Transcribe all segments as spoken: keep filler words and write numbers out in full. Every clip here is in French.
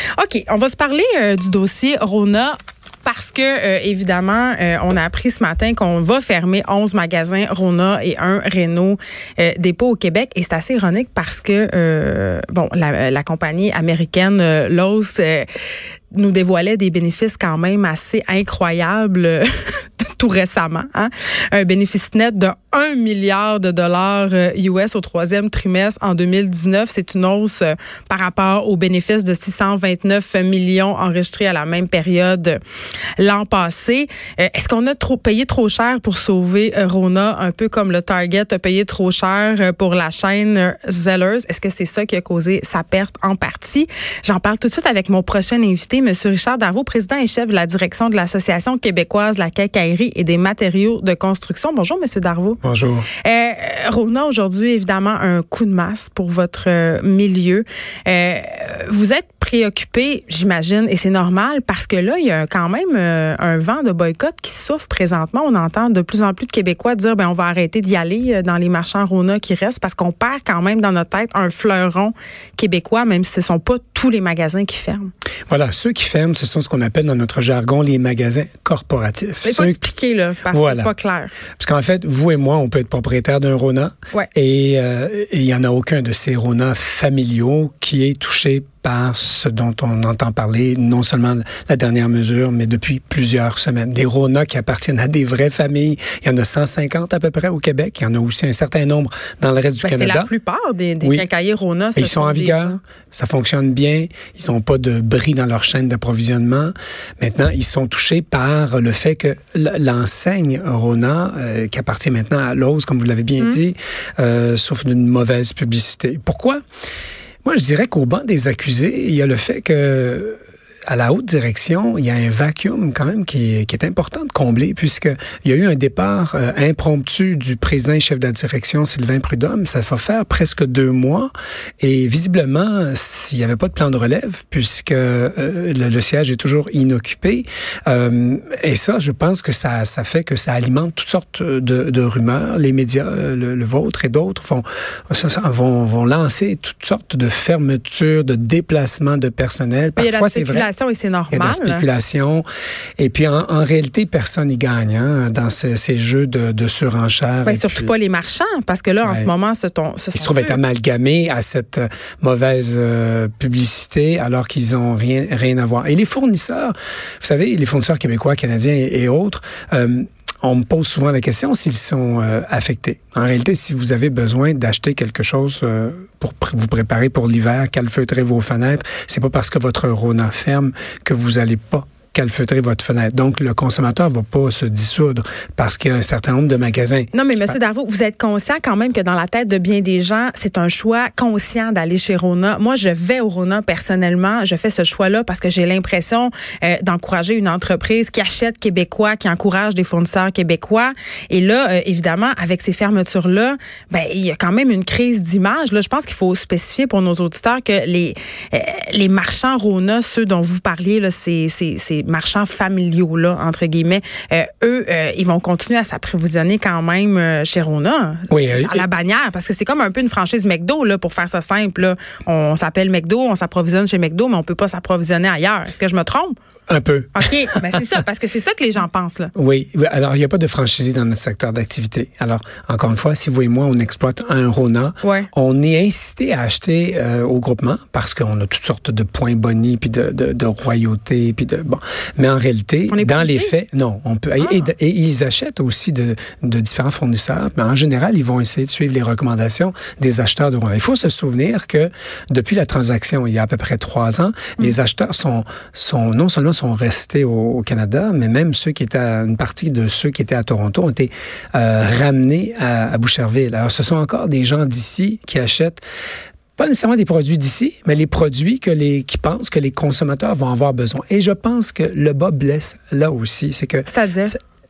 OK, on va se parler euh, du dossier Rona. Parce que, euh, évidemment, euh, on a appris ce matin qu'on va fermer onze magasins Rona et un Renault euh, dépôt au Québec. Et c'est assez ironique parce que, euh, bon, la, la compagnie américaine euh, Lowe's euh, nous dévoilait des bénéfices quand même assez incroyables tout récemment. Hein? Un bénéfice net de un milliard de dollars U S au troisième trimestre en deux mille dix-neuf. C'est une hausse euh, par rapport aux bénéfices de six cent vingt-neuf millions enregistrés à la même période euh, l'an passé. Euh, est-ce qu'on a trop payé trop cher pour sauver euh, Rona, un peu comme le Target a payé trop cher euh, pour la chaîne euh, Zellers? Est-ce que c'est ça qui a causé sa perte en partie? J'en parle tout de suite avec mon prochain invité, M. Richard Darvaux, président et chef de la direction de l'Association québécoise de la quincaillerie et des matériaux de construction. Bonjour, M. Darvaux. Bonjour. Euh, Rona, aujourd'hui, évidemment, un coup de masse pour votre euh, milieu. Euh, vous êtes préoccupé, j'imagine, et c'est normal, parce que là, il y a quand même euh, un vent de boycott qui souffle présentement. On entend de plus en plus de Québécois dire, ben on va arrêter d'y aller dans les marchands Rona qui restent, parce qu'on perd quand même dans notre tête un fleuron québécois, même si ce ne sont pas tous les magasins qui ferment. Voilà, ceux qui ferment, ce sont ce qu'on appelle dans notre jargon les magasins corporatifs. Il faut ceux... expliquer, là, parce voilà. que c'est pas clair. Parce qu'en fait, vous et moi, on peut être propriétaire d'un Rona, ouais. et euh, il n'y en a aucun de ces Rona familiaux qui est touché par ce dont on entend parler, non seulement la dernière mesure, mais depuis plusieurs semaines. Des Rona qui appartiennent à des vraies familles. Il y en a cent cinquante à peu près au Québec. Il y en a aussi un certain nombre dans le reste du ben, Canada. C'est la plupart des, des oui. quincailliers Rona. Ils sont en vigueur. Ça fonctionne bien. Ils n'ont pas de bris dans leur chaîne d'approvisionnement. Maintenant, ils sont touchés par le fait que l'enseigne Rona, euh, qui appartient maintenant à Lowe's, comme vous l'avez bien mmh. dit, euh, souffre d'une mauvaise publicité. Pourquoi? Moi, je dirais qu'au banc des accusés, il y a le fait que à la haute direction, il y a un vacuum quand même qui est, qui est important de combler, puisqu'il y a eu un départ euh, impromptu du président et chef de la direction, Sylvain Prudhomme. Ça va faire presque deux mois. Et visiblement, il n'y avait pas de plan de relève, puisque euh, le, le siège est toujours inoccupé. Euh, et ça, je pense que ça, ça fait que ça alimente toutes sortes de, de rumeurs. Les médias, le, le vôtre et d'autres, vont, vont, vont lancer toutes sortes de fermetures, de déplacements de personnel. Parfois, c'est vrai. Et c'est normal. Il y a de la spéculation. Et puis, en, en réalité, personne n'y gagne hein, dans ce, ces jeux de, de surenchère. Ben, surtout puis, pas les marchands, parce que là, ouais. en ce moment, ce, ton, ce ils se trouvent être amalgamés à cette euh, mauvaise euh, publicité, alors qu'ils n'ont rien, rien à voir. Et les fournisseurs, vous savez, les fournisseurs québécois, canadiens et, et autres, euh, on me pose souvent la question s'ils sont euh, affectés. En réalité, si vous avez besoin d'acheter quelque chose euh, pour pr- vous préparer pour l'hiver, calfeutrer vos fenêtres, c'est pas parce que votre Rona ferme que vous allez pas calfeutrer votre fenêtre. Donc, le consommateur va pas se dissoudre parce qu'il y a un certain nombre de magasins. Non, mais M. Darvaux, vous êtes conscient quand même que dans la tête de bien des gens, c'est un choix conscient d'aller chez Rona. Moi, je vais au Rona personnellement. Je fais ce choix-là parce que j'ai l'impression euh, d'encourager une entreprise qui achète québécois, qui encourage des fournisseurs québécois. Et là, euh, évidemment, avec ces fermetures-là, ben il y a quand même une crise d'image. Là, je pense qu'il faut spécifier pour nos auditeurs que les euh, les marchands Rona, ceux dont vous parliez, là, c'est c'est c'est marchands familiaux, là, entre guillemets, euh, eux, euh, ils vont continuer à s'approvisionner quand même euh, chez Rona, oui, euh, à la bannière, parce que c'est comme un peu une franchise McDo, là, pour faire ça simple. Là. On s'appelle McDo, on s'approvisionne chez McDo, mais on peut pas s'approvisionner ailleurs. Est-ce que je me trompe? Un peu. OK, ben c'est ça, parce que c'est ça que les gens pensent, là. Oui, alors il n'y a pas de franchisé dans notre secteur d'activité. Alors, encore une fois, si vous et moi, on exploite un Rona, ouais. on est incité à acheter euh, au groupement, parce qu'on a toutes sortes de points bonus, puis de, de, de royauté, puis de... bon. Mais en réalité, dans les faits, non. On peut, ah. et, et, et ils achètent aussi de, de différents fournisseurs, mais en général, ils vont essayer de suivre les recommandations des acheteurs de Rona. Il faut se souvenir que depuis la transaction, il y a à peu près trois ans, mmh. les acheteurs sont, sont non seulement sont restés au, au Canada, mais même ceux qui étaient à, une partie de ceux qui étaient à Toronto ont été euh, ramenés à, à Boucherville. Alors, ce sont encore des gens d'ici qui achètent pas nécessairement des produits d'ici, mais les produits que les qui pensent que les consommateurs vont avoir besoin. Et je pense que le bas blesse là aussi. C'est que C'est-à-dire? C'est,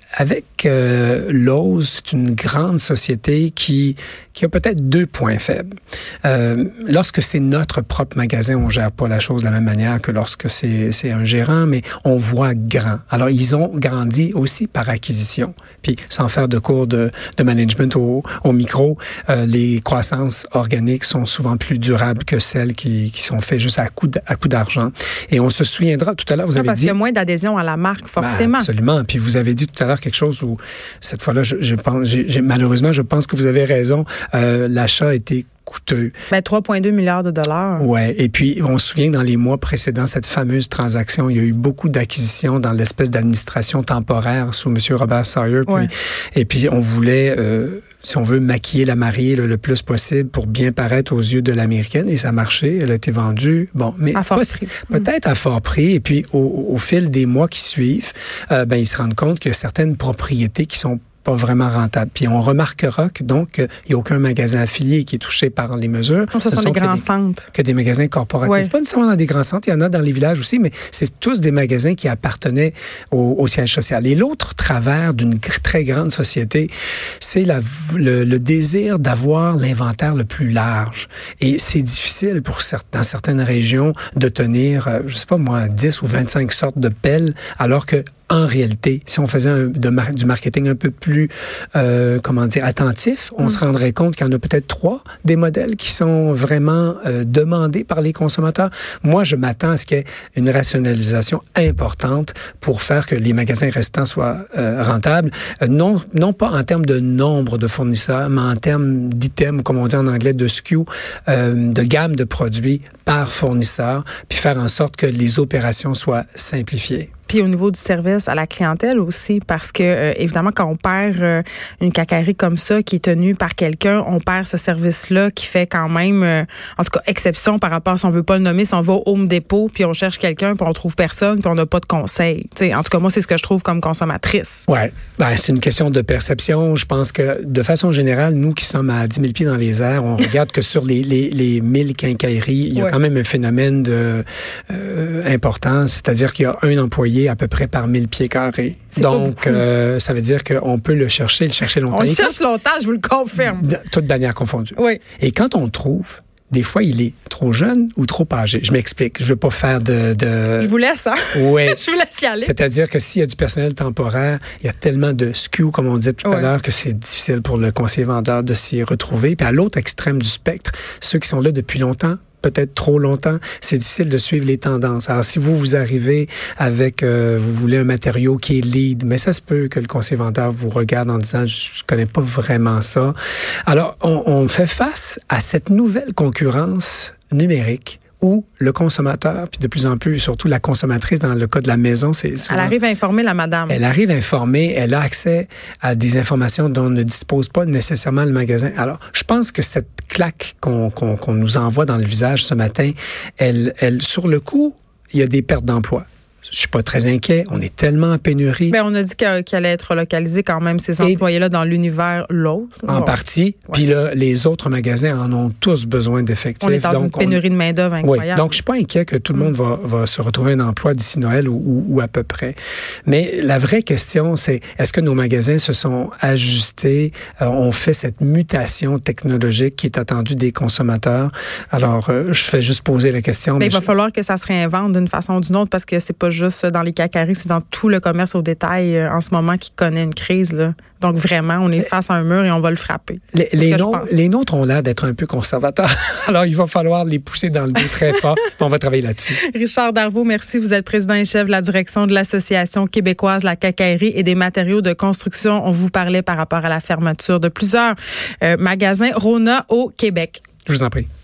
avec euh, Lowe's, c'est une grande société qui, qui a peut-être deux points faibles. Euh, lorsque c'est notre propre magasin, on gère pas la chose de la même manière que lorsque c'est, c'est un gérant, mais on voit grand. Alors, ils ont grandi aussi par acquisition. Puis, sans faire de cours de, de management au, au micro, euh, les croissances organiques sont souvent plus durables que celles qui, qui sont faites juste à coup, à coup d'argent. Et on se souviendra, tout à l'heure, vous ça, avez parce dit... qu'il y a moins d'adhésion à la marque, forcément. Ben, absolument. Puis vous avez dit tout à l'heure quelque chose où, cette fois-là, je, je pense, j'ai, j'ai, malheureusement, je pense que vous avez raison. Euh, l'achat a été coûteux. Ben, trois virgule deux milliards de dollars. Ouais. Et puis, on se souvient, dans les mois précédents, cette fameuse transaction, il y a eu beaucoup d'acquisitions dans l'espèce d'administration temporaire sous M. Robert Sawyer. Puis, ouais. Et puis, on voulait... Euh, si on veut maquiller la mariée là, le plus possible pour bien paraître aux yeux de l'Américaine. Et ça a marché. Elle a été vendue. Bon, mais à fort prix. Peut-être à fort prix. Et puis, au, au fil des mois qui suivent, euh, ben, ils se rendent compte qu'il y a certaines propriétés qui sont pas vraiment rentable. Puis on remarquera que donc il n'y a aucun magasin affilié qui est touché par les mesures. Ce, Ce sont, sont des grands des, centres. Que des magasins corporatifs. Ouais. Pas nécessairement dans des grands centres, il y en a dans les villages aussi, mais c'est tous des magasins qui appartenaient au, au siège social. Et l'autre travers d'une très grande société, c'est la, le, le désir d'avoir l'inventaire le plus large. Et c'est difficile pour certains, dans certaines régions de tenir, je sais pas moi, dix ou vingt-cinq sortes de pelles, alors que en réalité, si on faisait un, de mar- du marketing un peu plus, euh, comment dire, attentif, on mm. se rendrait compte qu'il y en a peut-être trois des modèles qui sont vraiment euh, demandés par les consommateurs. Moi, je m'attends à ce qu'il y ait une rationalisation importante pour faire que les magasins restants soient euh, rentables. Euh, non, non pas en termes de nombre de fournisseurs, mais en termes d'items, comme on dit en anglais, de S K U, euh, de gamme de produits par fournisseur, puis faire en sorte que les opérations soient simplifiées. Puis au niveau du service à la clientèle aussi, parce que euh, évidemment, quand on perd euh, une quincaillerie comme ça qui est tenue par quelqu'un, on perd ce service-là qui fait quand même, euh, en tout cas, exception par rapport, si on veut pas le nommer, si on va au Home Depot, puis on cherche quelqu'un, puis on trouve personne, puis on n'a pas de conseil. T'sais, en tout cas, moi, c'est ce que je trouve comme consommatrice. Ouais, ben, c'est une question de perception. Je pense que, de façon générale, nous qui sommes à dix mille pieds dans les airs, on regarde que sur les, les, les mille quincailleries, il y a ouais. quand même un phénomène de, euh, important, c'est-à-dire qu'il y a un employé à peu près par mille pieds carrés. C'est Donc, euh, ça veut dire qu'on peut le chercher, le chercher longtemps. On le cherche longtemps, je vous le confirme. Toutes bannières confondues. Oui. Et quand on le trouve, des fois, il est trop jeune ou trop âgé. Je m'explique. Je ne veux pas faire de... de... Je vous laisse, hein? Oui. Je vous laisse y aller. C'est-à-dire que s'il y a du personnel temporaire, il y a tellement de S K U, comme on disait tout oui. à l'heure, que c'est difficile pour le conseiller vendeur de s'y retrouver. Puis à l'autre extrême du spectre, ceux qui sont là depuis longtemps, peut-être trop longtemps, c'est difficile de suivre les tendances. Alors, si vous, vous arrivez avec, euh, vous voulez un matériau qui est lead, mais ça se peut que le conseiller vendeur vous regarde en disant, je connais pas vraiment ça. Alors, on, on fait face à cette nouvelle concurrence numérique où le consommateur, puis de plus en plus, surtout la consommatrice, dans le cas de la maison, c'est souvent... Elle arrive à informer la madame. Elle arrive informée, elle a accès à des informations dont ne dispose pas nécessairement le magasin. Alors, je pense que cette claque qu'on, qu'on, qu'on nous envoie dans le visage ce matin, elle, elle, sur le coup, il y a des pertes d'emploi. Je suis pas très inquiet. On est tellement en pénurie. Bien, on a dit qu'il allait être localisé quand même, ces employés-là, dans l'univers l'autre. En bon. partie. Ouais. Puis là, les autres magasins en ont tous besoin d'effectifs. On est dans donc, une pénurie on... de main-d'œuvre incroyable. Oui. Donc, je suis pas inquiet que tout le monde mm. va, va se retrouver un emploi d'ici Noël ou, ou, ou à peu près. Mais la vraie question, c'est est-ce que nos magasins se sont ajustés? Euh, on fait cette mutation technologique qui est attendue des consommateurs. Alors, euh, je fais juste poser la question. Mais, mais il va je... falloir que ça se réinvente d'une façon ou d'une autre parce que c'est pas juste dans les quincailleries, c'est dans tout le commerce au détail euh, en ce moment qui connaît une crise. Là. Donc vraiment, on est face à un mur et on va le frapper. Les, les, non, les nôtres ont l'air d'être un peu conservateurs. Alors, il va falloir les pousser dans le dos très fort. On va travailler là-dessus. Richard Darvaux, merci. Vous êtes président et chef de la direction de l'Association québécoise la quincaillerie et des matériaux de construction. On vous parlait par rapport à la fermeture de plusieurs euh, magasins Rona au Québec. Je vous en prie.